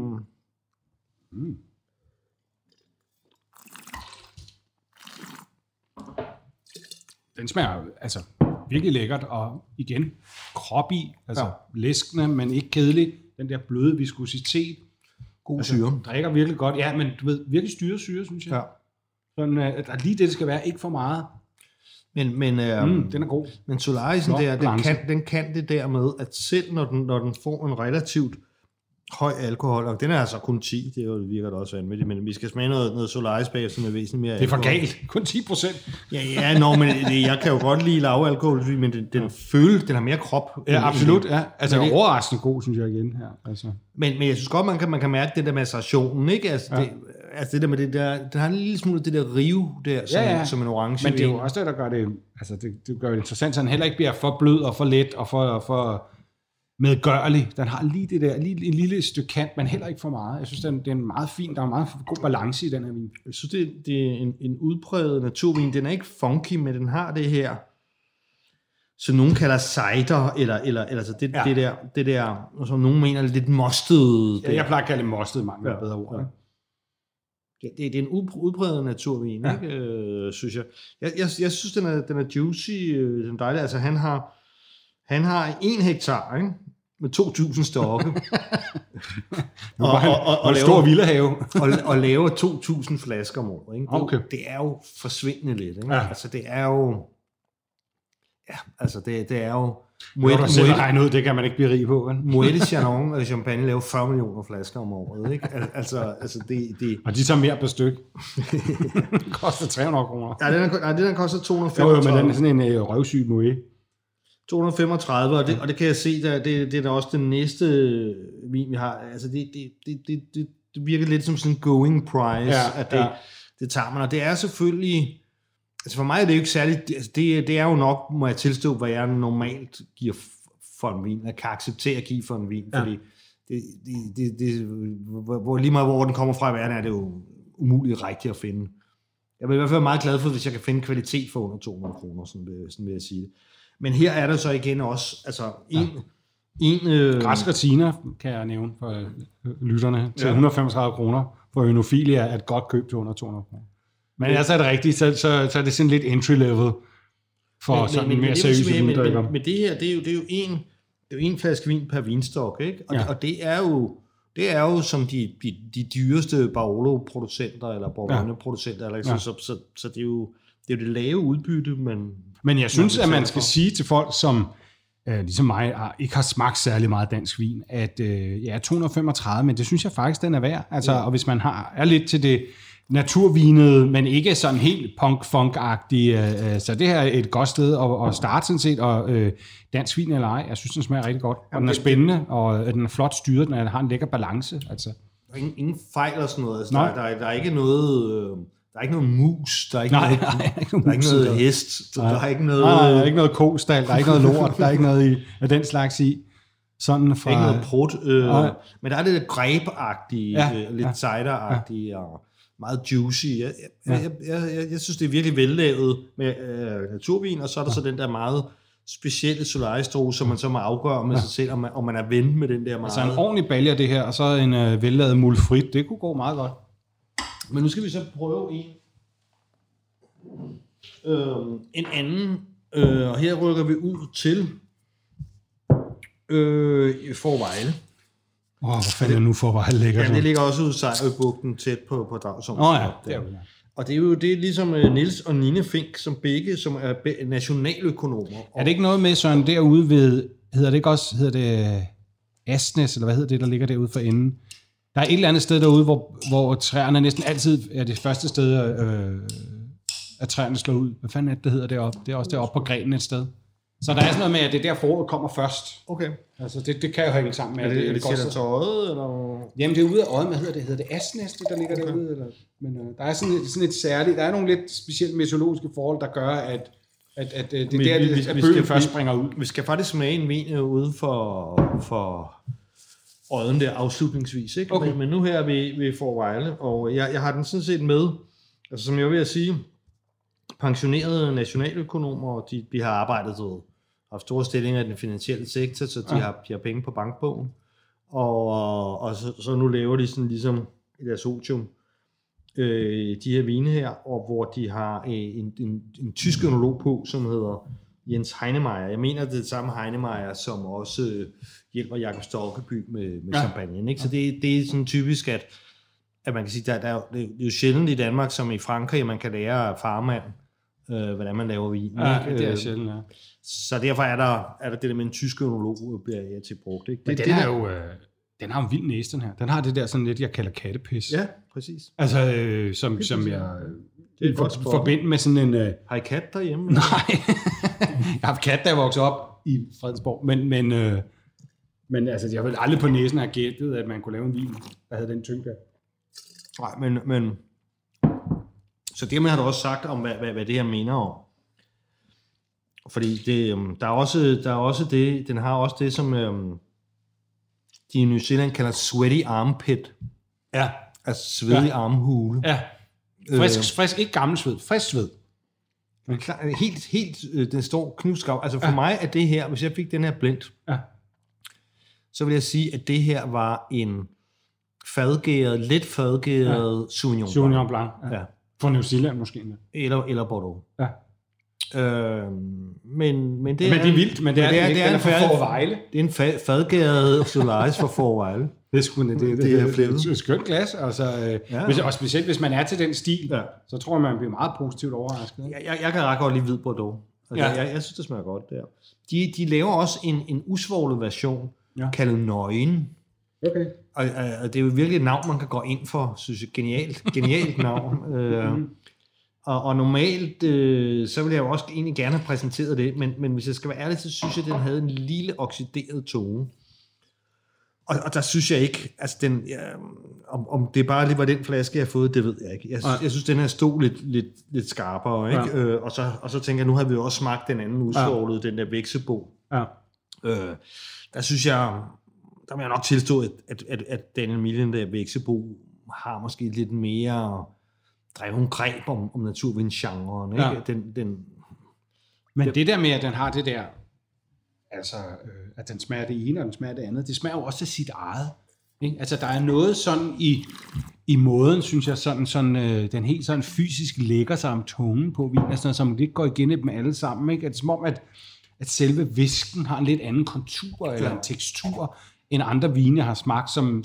Den smager altså virkelig lækkert, og igen, krop i, altså læskende, men ikke kedelig. Den der bløde viskositet. God syre. Drikker virkelig godt. Ja, men du ved, virkelig styret syre, synes jeg. Ja. Sådan, at lige det skal være, ikke for meget. Men den er god. Men Solarisen der, den kan det der med, at selv når den får en relativt høj alkohol, og den er altså kun 10, det virker da også vanvittigt, men vi skal smage noget Solaris bag, som er væsentligt mere alkohol. Det er for galt. Kun 10%. Men jeg kan jo godt lide lavalkohol, men den har mere krop. Ja, absolut. Ja. Altså, det er overraskende god, synes jeg igen her. Altså. Men jeg synes godt, man kan mærke det der macerationen, ikke? Altså, det der med det der, den har en lille smule det der rive der, som en orange. Men det er jo også det, der gør det, altså det gør det interessant, så den heller ikke bliver for blød og for let og for medgørlig. Den har lige det der, lige en lille stykke kant, men heller ikke for meget. Jeg synes, den er meget fin. Der er meget god balance i den her vin. Jeg synes, det er en udpræget naturvin. Den er ikke funky, men den har det her, som nogen kalder cider, eller altså det der, som nogen mener lidt mostet. Ja, jeg plejer at kalde det mostet, mange bedre ord. Ja. Ja, det er en udpræget naturvin, ikke? Synes jeg. Jeg synes, den er juicy, den er dejlig. Altså, han har 1 hektar, ikke? Med 2.000 stokke. og en stor villahave. og laver 2.000 flasker om året. Ikke? Okay. Det er jo forsvindende lidt. Ikke? Ja. Altså, det er jo... Ja, altså, det er jo... Det kan man ikke blive rig på. Moët Chandon og Champagne laver 40 millioner flasker om året. Ikke? Altså det... Og de tager mere per styk. Koster 300 kroner. Nej, den koster 235. Jo, men den er sådan en røvsyg Moët. 235, og det kan jeg se, det er da også den næste vin, vi har. Altså, det virker lidt som sådan en going price, det tager man. Og det er selvfølgelig... Altså for mig er det jo ikke særligt... Altså det er jo nok, må jeg tilstå, hvad jeg normalt giver for en vin. Jeg kan acceptere at give for en vin, fordi lige meget hvor den kommer fra i verden, er det jo umuligt rigtigt at finde. Jeg vil i hvert fald være meget glad for, hvis jeg kan finde kvalitet for under 200 kroner, sådan vil jeg sige det. Men her er der så igen også, altså Græsk Retina, kan jeg nævne for lytterne, til 135 kroner for Ønofilia er et godt køb til under 200 kroner. Men altså er det rigtigt, så er det sådan lidt entry level for sådan mere seriøse vindrikker. Men det her, det er jo en flaske vin per vinstok, ikke? Og det er jo som de dyreste Barolo-producenter eller Bourgogne-producenter, så det er jo det lave udbytte, men jeg synes, at man skal sige til folk, som ligesom mig ikke har smagt særlig meget dansk vin, at 235, men det synes jeg faktisk, den er værd. Altså, og hvis man er lidt til det naturvinede, men ikke sådan helt punk-funk-agtigt, så det her er et godt sted at starte sådan set, og dansk vin eller ej, jeg synes, den smager rigtig godt, og den er spændende, og den er flot styret, den har en lækker balance. Altså. Ingen fejl og sådan noget, altså, der er ikke noget... Der er ikke noget mus, der er ikke noget hest, der er ikke noget... Nej, der er ikke noget kostal, der er ikke noget lort, der er ikke noget af den slags i. Sådan fra... Der er ikke noget prut, men der er det der greb-agtige, lidt cider-agtige, meget juicy. Jeg synes, det er virkelig vellavet med naturvin, og så er der så den der meget specielle Solaris-druge, som man så må afgøre med sig selv, om man er ven med den der meget... Altså en ordentlig balje af det her, og så en vellavet mulfrit, det kunne gå meget godt. Men nu skal vi så prøve en anden, og her rykker vi ud til Fårevejle. Hvad fanden er nu Fårevejle ligger? Ja, det ligger også ude i Sejlbugten tæt på Dragsund. Og det er jo det ligesom Niels og Nina Fink, som er nationaløkonomer. Er det ikke noget med, Søren, derude ved, hedder det Asnes, eller hvad hedder det, der ligger derude for enden? Der er et eller andet sted derude, hvor træerne næsten altid er det første sted, at træerne slår ud. Hvad fanden er det hedder deroppe? Det er også deroppe på grenen et sted. Så der er sådan noget med, at det der foråret kommer først. Okay. Altså det kan jo hænge sammen med. Er det sætter til øjet, eller? Jamen det er ude af øjet, hvad hedder det? Hedder det Asnes, der ligger derude? Eller? Men der er sådan et særligt, der er nogle lidt specielt meteorologiske forhold, der gør, at det er der, bølgen først springer ud. Vi skal faktisk smage en vin ude for øjen der afslutningsvis, ikke? Okay. Men nu her er vi Fårevejle, og jeg har den sådan set med, altså som jeg vil sige, pensionerede nationaløkonomer, de har arbejdet haft store stillinger i den finansielle sektor, så de har penge på bankbogen, og så nu laver de sådan ligesom i deres otium de her vine her, og hvor de har en tysk ønolog på, som hedder Jens Heinemeier. Jeg mener, det er det samme Heinemeier, som også hjælper Jakob Storkeby med champagne. Ikke? Så det er sådan typisk, at man kan sige, det er jo sjældent i Danmark, som i Frankrig, at man kan lære af farmand, hvordan man laver vin. Ja, ikke? Det er sjældent, ja. Så derfor er der det der med en tysk ønolog, bliver jeg til brugt. Ikke? Men den er jo... Den har en vild næse, den her. Den har det der sådan lidt, jeg kalder kattepis. Ja, præcis. Altså, som jeg forbinder med sådan en... Har I kat derhjemme? Nej. Jeg har haft kat, da jeg voksede op i Fredensborg. Men altså, jeg ville aldrig på næsen have gættet, at man kunne lave en vin, der havde den tyngde. Nej, men... Så dermed har du også sagt om, hvad det her mener om. Fordi der er også det, den har også det, som... de i New Zealand kalder sweaty armpit. Ja. Altså svedig armhule. Ja. Frisk, ikke gammel sved, frisk sved. Helt, den står knivskav. Altså for mig er det her, hvis jeg fik den her blend, så vil jeg sige, at det her var en lidt fadgæret Sauvignon Blanc. Ja. For New Zealand måske. Eller Bordeaux. Ja. Men det er vildt, men det er en Fårevejle. Det er en fadgæret Solaris for Fårevejle. Det er et skønt glas, altså, og specielt hvis man er til den stil, så tror jeg, man bliver meget positivt overrasket. Jeg kan ret godt lide hvid Bordeaux. Altså, jeg synes, det smager godt der. De laver også en usvoglet version, kaldet Nøgen. Okay. Og det er jo virkelig et navn, man kan gå ind for, synes jeg. Genialt navn. Og normalt, så ville jeg jo også egentlig gerne have præsenteret det, men hvis jeg skal være ærlig, så synes jeg, at den havde en lille oxideret tone. Og der synes jeg ikke, altså om det bare lige var den flaske, jeg har fået, det ved jeg ikke. Jeg synes, den her stod lidt skarpere, ikke? Ja. Og så tænker jeg, nu har vi jo også smagt den anden usvoglet, den der Veksebo. Ja. Der synes jeg, der vil jeg nok tilstå, at Daniel Millen der Veksebo har måske lidt mere dreven greb om naturvindsgenren, ikke? Ja. Men det der med, at den har det der, altså, at den smager det ene, og den smager det andet, det smager jo også af sit eget. Ikke? Altså, der er noget sådan i måden, synes jeg, sådan den helt sådan fysisk lægger sig om tungen på vin, altså, som ikke går igen i dem alle sammen. Ikke? Det er som om, at selve visken har en lidt anden kontur eller en tekstur, end andre vine, jeg har smagt,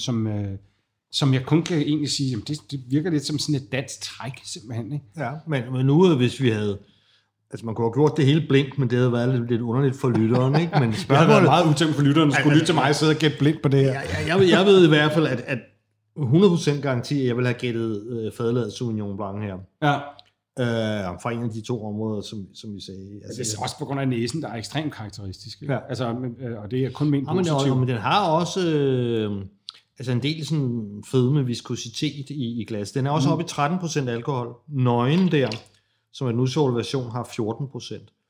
som jeg kun kan egentlig sige, jamen det virker lidt som sådan et dansk træk, simpelthen. Ikke? Ja, men nu hvis vi havde... Altså man kunne have gjort det hele blindt, men det havde været lidt underligt for lytteren, ikke? Men det havde været meget utæmt for lytteren, skulle lytte til mig og sidde og gætte blindt på det her. Jeg ved i hvert fald, at 100% garanti, at jeg vil have gættet fadladet Sauvignon Blanc her. Ja. Fra en af de to områder, som vi sagde. Altså, det er også på grund af næsen, der er ekstremt karakteristisk. Ikke? Ja. Altså, og det er kun ment positivt. Men den har også... altså en del sådan fedme viskositet i glas. Den er også oppe i 13% alkohol. Nøgen der, som er den udsolgte version, har 14%.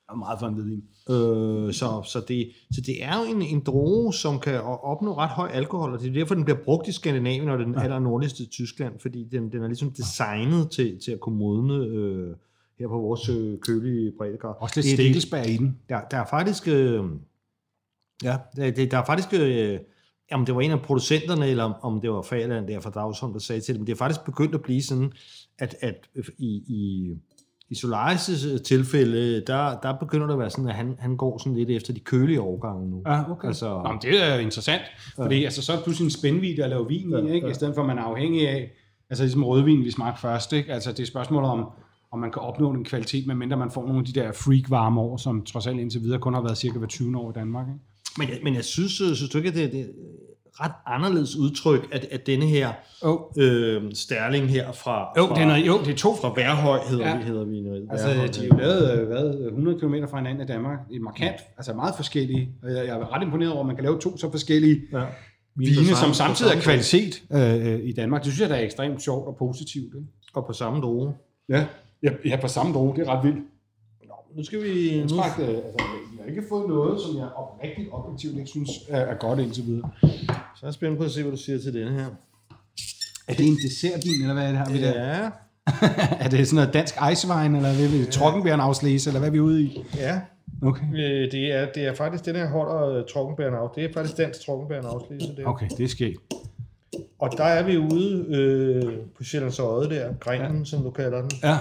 er meget for en hvidvin. Så det er jo en droge, som kan opnå ret høj alkohol, og det er derfor, den bliver brugt i Skandinavien og den aller nordligste Tyskland, fordi den er ligesom designet til at kunne modne her på vores kølige breddegrad. Også lidt stikkelsbær i den. Der er faktisk... der er faktisk... om det var en af producenterne, eller om det var Fagerland der fra Dragsholm, der sagde til det, men det er faktisk begyndt at blive sådan, at i Solaris' tilfælde, der begynder det at være sådan, at han går sådan lidt efter de kølige årgange nu. Ja, okay. Altså, nå, det er interessant, fordi altså, så er det pludselig en spændvidde at lave vin i, ikke? I stedet for, at man er afhængig af, altså ligesom rødvin, vi smagte først, ikke? Altså det er spørgsmålet om man kan opnå den kvalitet, medmindre man får nogle af de der freak-varme år, som trods alt indtil videre kun har været cirka hver 20 år i Danmark, ikke? Men jeg synes du ikke, at det er ret anderledes udtryk, at denne her Sterling her fra... det er to fra Værhøj, hedder vi. Altså, de er jo lavet 100 km fra hinanden i Danmark. Det er markant, altså meget forskellige. Jeg er ret imponeret over, at man kan lave to så forskellige vine, som samtidig er kvalitet i Danmark. Det synes jeg, der er ekstremt sjovt og positivt. Ikke? Og på samme droge. Ja, på samme droge. Det er ret vildt. Nu skal vi... Jeg har ikke fået noget, som jeg rigtig objektivt ikke synes er godt indtil videre. Så er jeg spændt på at se, hvad du siger til denne her. Er det en dessertvin, eller hvad er det her? Ja. Er det sådan noget dansk icewein, eller hvad er det? Trockenbærenafslæse, eller hvad er vi ude i? Ja. Okay. Det er faktisk, den her holder Trockenbærenafslæse. Det er faktisk dansk Trockenbærenafslæse. Okay, det er sket. Og der er vi ude på Sjællands Odde der, Grenen, som du kalder den. Ja.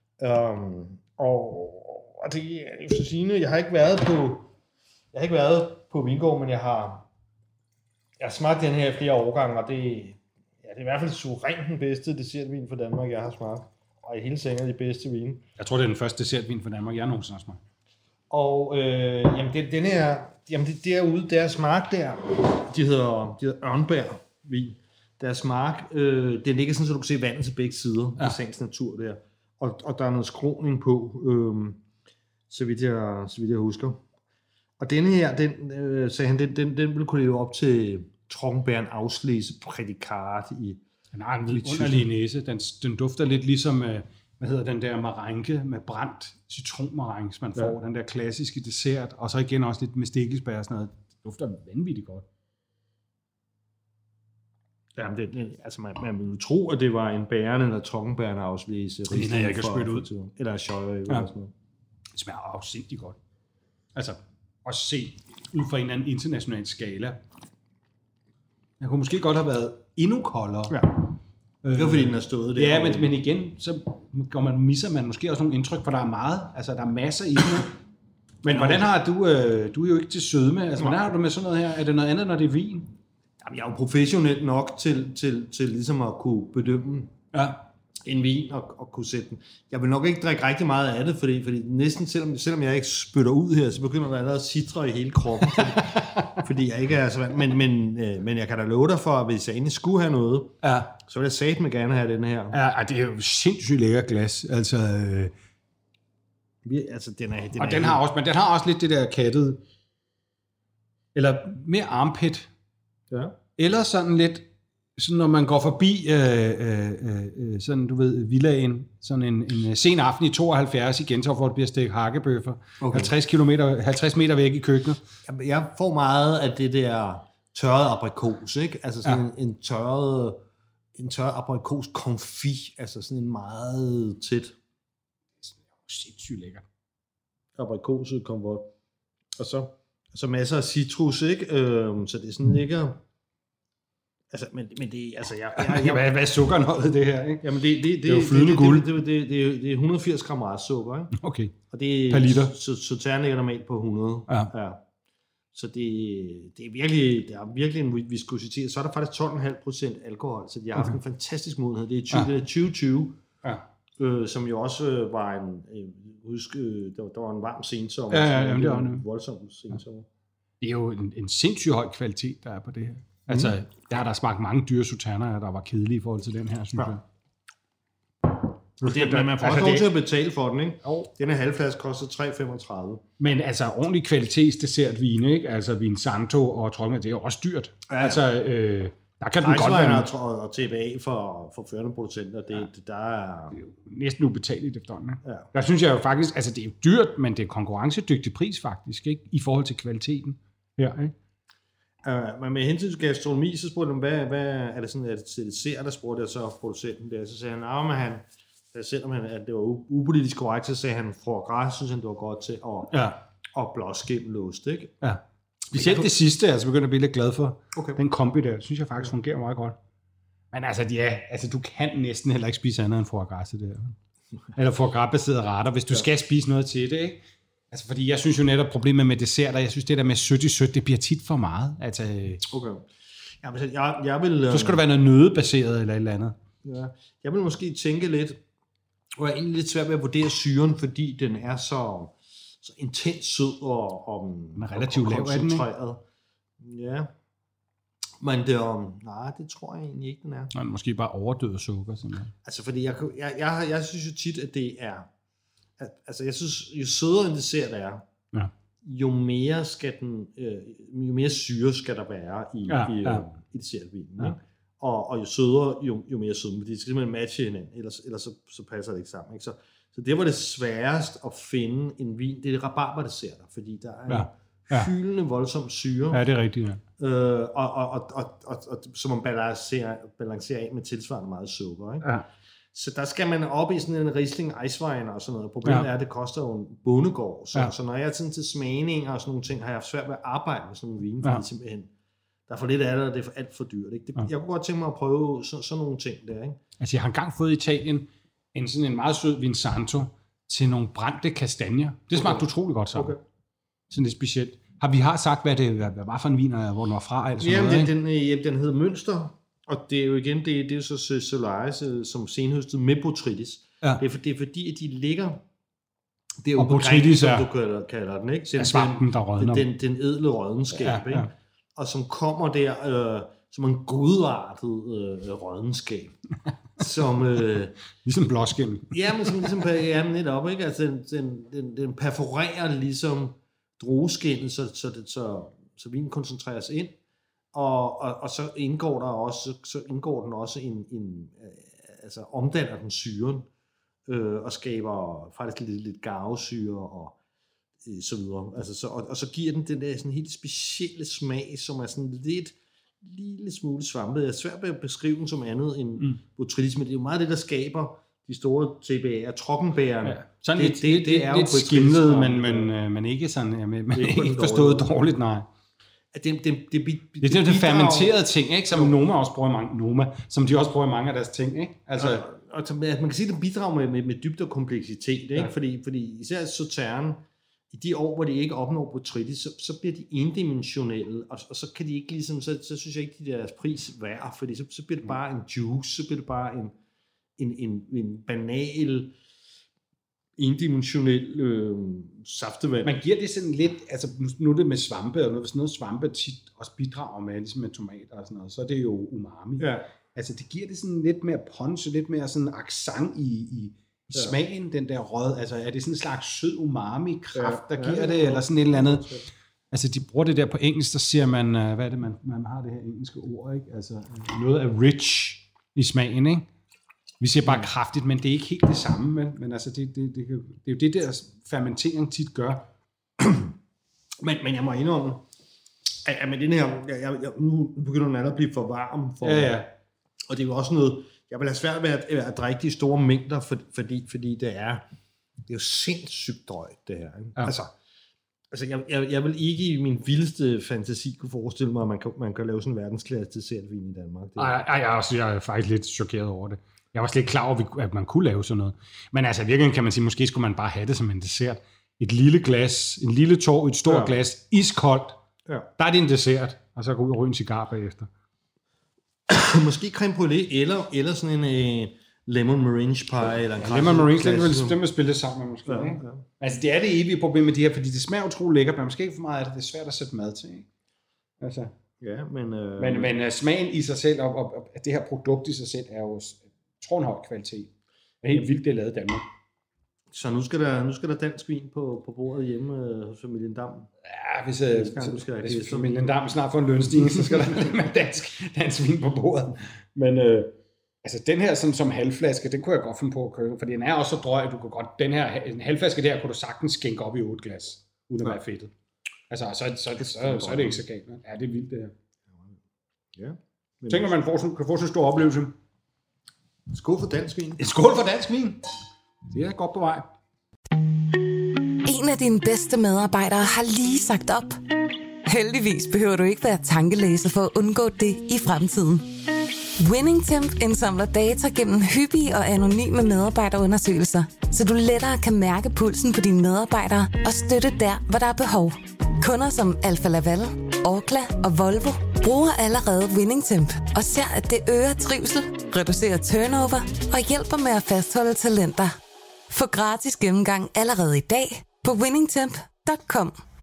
Og det er jo så sigende. Jeg har ikke været på vingård, men jeg har smagt den her i flere årgange, og det er i hvert fald suverænt den bedste dessertvin for Danmark, jeg har smagt. Og i hele sengen de bedste vine. Jeg tror, det er den første dessertvin for Danmark, jeg nogensinde har smagt. Og den her, det derude, deres mark der, de hedder Ørnberg vin. Deres mark, den ligger sådan, så du kan se vandet til begge sider af sagens natur der. Og der er noget skråning på, så vidt jeg husker. Og denne her, den sagde han, den ville kunne leve op til Trockenbæren afslæse prædikat i... Den har en underlig næse. Den dufter lidt ligesom, hvad hedder den der marenke med brændt citronmarenke, man får. Den der klassiske dessert, og så igen også lidt med stikkelsbær og sådan noget. Det dufter vanvittigt godt. Jamen, altså man ville tro, at det var en bærende eller trockenbærende afslæse. Det ligner jeg ikke at spytte ud. Eller sjøjre eller sådan noget. Det smager afsindigt godt. Altså, også se ud fra en eller anden international skala. Jeg kunne måske godt have været endnu koldere. Ja. Det er fordi, den har stået der. Ja, men igen, så misser man måske også nogle indtryk, for der er meget. Altså, der er masser i den. Men hvordan har du er jo ikke til sødme. Altså, hvordan har du med sådan noget her? Er det noget andet, når det er vin? Jamen, jeg er jo professionel nok til ligesom at kunne bedømme en vin og kunne sætte den. Jeg vil nok ikke drikke rigtig meget af det, fordi næsten selvom jeg ikke spytter ud her, så begynder der allerede at sitre i hele kroppen, fordi jeg ikke er så vant. Men jeg kan da love dig for, at hvis jeg egentlig skulle have noget, så vil jeg satme gerne have den her. Ja, det er jo sindssygt lækker glas. Altså, den har også lidt det der kattede, eller mere armpit. Ja. Eller sådan lidt, sådan når man går forbi sådan, du ved, villaen, sådan en sen aften i 72 i Gentofte, hvor det bliver stegt hakkebøffer, 50 meter væk i køkkenet. Jeg får meget af det der tørrede aprikos, ikke? Altså sådan en tørret aprikos confit, altså sådan en meget tæt. Sindssygt lækkert. Aprikoset kompot. Og så masser af citrus, ikke? Så det er sådan ligger... Altså, men det altså hvad er sukkerindholdet det her, ikke? Jamen det er jo flydende guld. Det er 180 gram restsukker, ikke? Okay. Og det per liter. Så tæren ligger normalt på 100. Ja. Så det er virkelig en viskositet. Så er der faktisk 12,5% alkohol, så de har haft en fantastisk modenhed. Det er 2020, som jo også var der var en varm sensommer. Det var en voldsom sensommer. Det er jo en sindssygt høj kvalitet, der er på det her. Altså, der har der smagt mange dyre sauterner, der var kedelige i forhold til den her, synes jeg. Men man får også lov til at betale for den, ikke? Den her halvflaske koster 3,35. Men altså, ordentlig kvalitetsdessertvin, ikke? Altså, Vin Santo og Trockenbæren, det er jo også dyrt. Ja. Altså, Der kan den godt være. Og TBA for førende producenter, der er... Det er jo næsten ubetaleligt efterhånden. Ja. Der synes jeg jo faktisk, altså det er jo dyrt, men det er konkurrencedygtig pris faktisk, ikke? I forhold til kvaliteten her, ikke? Men med hensyn til gastronomi, så spurgte han, hvad er det sådan, at CDC'er, der spurgte jeg så producenten der, så sagde han, selvom at det var upolitisk korrekt, så sagde han, foie gras, synes han, det var godt til at blåskimmelost, ikke? Ja. Specielt det sidste, altså begynder at blive lidt glad for. Okay. Den kombi der, synes jeg faktisk fungerer meget godt. Men altså, du kan næsten heller ikke spise andet end foie gras i det her. Eller foie gras-baserede retter, hvis du skal spise noget til det, ikke? Altså, fordi jeg synes jo netop, problemet med desserter, jeg synes det der med sødt, det bliver tit for meget. Altså, okay. Jamen, jeg vil... Så skal det være noget nødebaseret eller et eller andet. Ja. Jeg vil måske tænke lidt, og jeg er egentlig lidt svært ved at vurdere syren, fordi den er så intens sød og relativt lav af den, ikke? Ja. Men det tror jeg egentlig ikke, den er. Nej, måske bare overdød sukker. Simpelthen. Altså, fordi jeg synes jo tit, at det er... Altså, jeg synes, jo sødere en dessert er, jo mere syre skal der være i dessertvinen. Ja. Og jo sødere, jo mere sødme. Fordi det skal simpelthen matche hinanden, ellers så passer det ikke sammen. Ikke? Så det var det sværest at finde en vin. Det er rabarberdesserter, fordi der er fyldende voldsom syre. Ja, det er rigtigt, ja. Og så man balancerer af med tilsvarende meget sukker. Ikke? Ja. Så der skal man op i sådan en Riesling Eiswein og sådan noget. Problemet er, at det koster jo en bondegård. Så når jeg er sådan til smagning og sådan nogle ting, har jeg svært ved at arbejde med sådan nogle vine, fordi simpelthen, der er for lidt af det, og det er for alt for dyrt. Ikke? Jeg kunne godt tænke mig at prøve sådan nogle ting der. Ikke? Altså, jeg har engang fået i Italien sådan en meget sød Vinsanto til nogle brændte kastanjer. Det smagte utrolig godt sammen. Okay. Sådan lidt specielt. Vi har sagt, hvad var for en vin, og hvor den var fra? Den hed Mønster. Og det er jo igen, det er jo så Solaris som senhøstet med botrytis. Ja. Det er fordi, at de ligger... Det er jo botrytis, som du kalder den, ikke? Den, svampen, der rådner. Den edle rådenskab, ikke? Og som kommer der som en godartet rådenskab. Som... ligesom blåskimmel. Ja, men ligesom netop, ikke? Altså, den perforerer ligesom drueskindet, så vinen koncentreres ind. Og så indgår den også altså omdanner den syren og skaber faktisk lidt garvesyre og så videre. Altså og så giver den der sådan helt specielle smag, som er sådan lille smule svampet. Jeg er svært ved at beskrive den som andet end botrytis, men det er jo meget det, der skaber de store TBA'er, trockenbærerne. Ja. Sådan det er lidt skimlet, men ikke sådan, men ikke forstået dårligt, nej. Det er den fermenterede ting, ikke? Som Noma også bruger som de også bruger i mange af deres ting, ikke? Altså, og man kan sige, at den bidrager med dybde og kompleksitet, ikke? Ja. Fordi især Sauterne, i de år, hvor de ikke opnår botrytis, så bliver de endimensionelle, og så kan de ikke ligesom, så synes jeg ikke, de deres pris værd, fordi så bliver det bare en juice, så bliver det bare en banal endimensionel saftevand. Man giver det sådan lidt, altså nu er det med svampe, og hvis noget svampe tit også bidrager med, ligesom med tomater og sådan noget, så er det jo umami. Ja. Altså det giver det sådan lidt mere punch, lidt mere sådan accent i smagen, den der rød, altså er det sådan en slags sød umami-kraft, der giver det, eller sådan et eller andet. Altså de bruger det der på engelsk, der siger man, hvad er det, man har det her engelske ord, ikke? Altså noget af rich i smagen, ikke? Vi siger bare kraftigt, men det er ikke helt det samme. Men altså, det er jo det der fermentering tit gør. men jeg må indrømme, at med den her, nu begynder den at blive for varm. Og det er jo også noget, jeg vil have svært ved at drikke de store mængder, fordi det er jo sindssygt drøjt, det her. Ikke? Ja. Altså jeg vil ikke i min vildeste fantasi kunne forestille mig, at man kan lave sådan en verdensklasse dessertvin i Danmark. Jeg er faktisk lidt chokeret over det. Jeg var slet ikke klar over, at man kunne lave sådan noget. Men altså, virkelig kan man sige, måske skulle man bare have det som en dessert. Et lille glas, en lille tår, et stort glas, iskoldt. Ja. Der er det en dessert, og så gå ud og ryge en cigar bagefter. Måske creme brûlée, eller sådan en lemon meringue pie. Eller en lemon meringue, den vil spille det sammen måske. Ja. Altså, det er det evige problem med de her, fordi det smager utroligt lækkert, men måske ikke for meget af det. Det er svært at sætte mad til, ikke? Altså. Ja, men smagen i sig selv, og det her produkt i sig selv, er jo tårnhøj kvalitet. Det er helt vildt, det er lavet i Danmark. Så nu skal der dansk vin på bordet hjemme hos familien Dam. Ja, hvis familien Dam snart får en lønstigning, så skal der med dansk vin på bordet. Men altså den her sådan, som halvflaske, den kunne jeg godt finde på at købe, for den er også så drøg, du kan godt, en halvflaske der kunne du sagtens skænke op i 8 glas, uden at være fedtet. Altså, så er det ikke så galt. Ja, det er vildt det her. Ja. Tænker man kan få så stor oplevelse. Skål for dansk vin. Skål for dansk vin. Det er godt på vej. En af dine bedste medarbejdere har lige sagt op. Heldigvis behøver du ikke være tankelæser for at undgå det i fremtiden. WinningTemp indsamler data gennem hyppige og anonyme medarbejderundersøgelser, så du lettere kan mærke pulsen på dine medarbejdere og støtte der, hvor der er behov. Kunder som Alfa Laval, Orkla og Volvo bruger allerede WinningTemp og ser, at det øger trivsel, reducerer turnover og hjælper med at fastholde talenter. Få gratis gennemgang allerede i dag på winningtemp.com.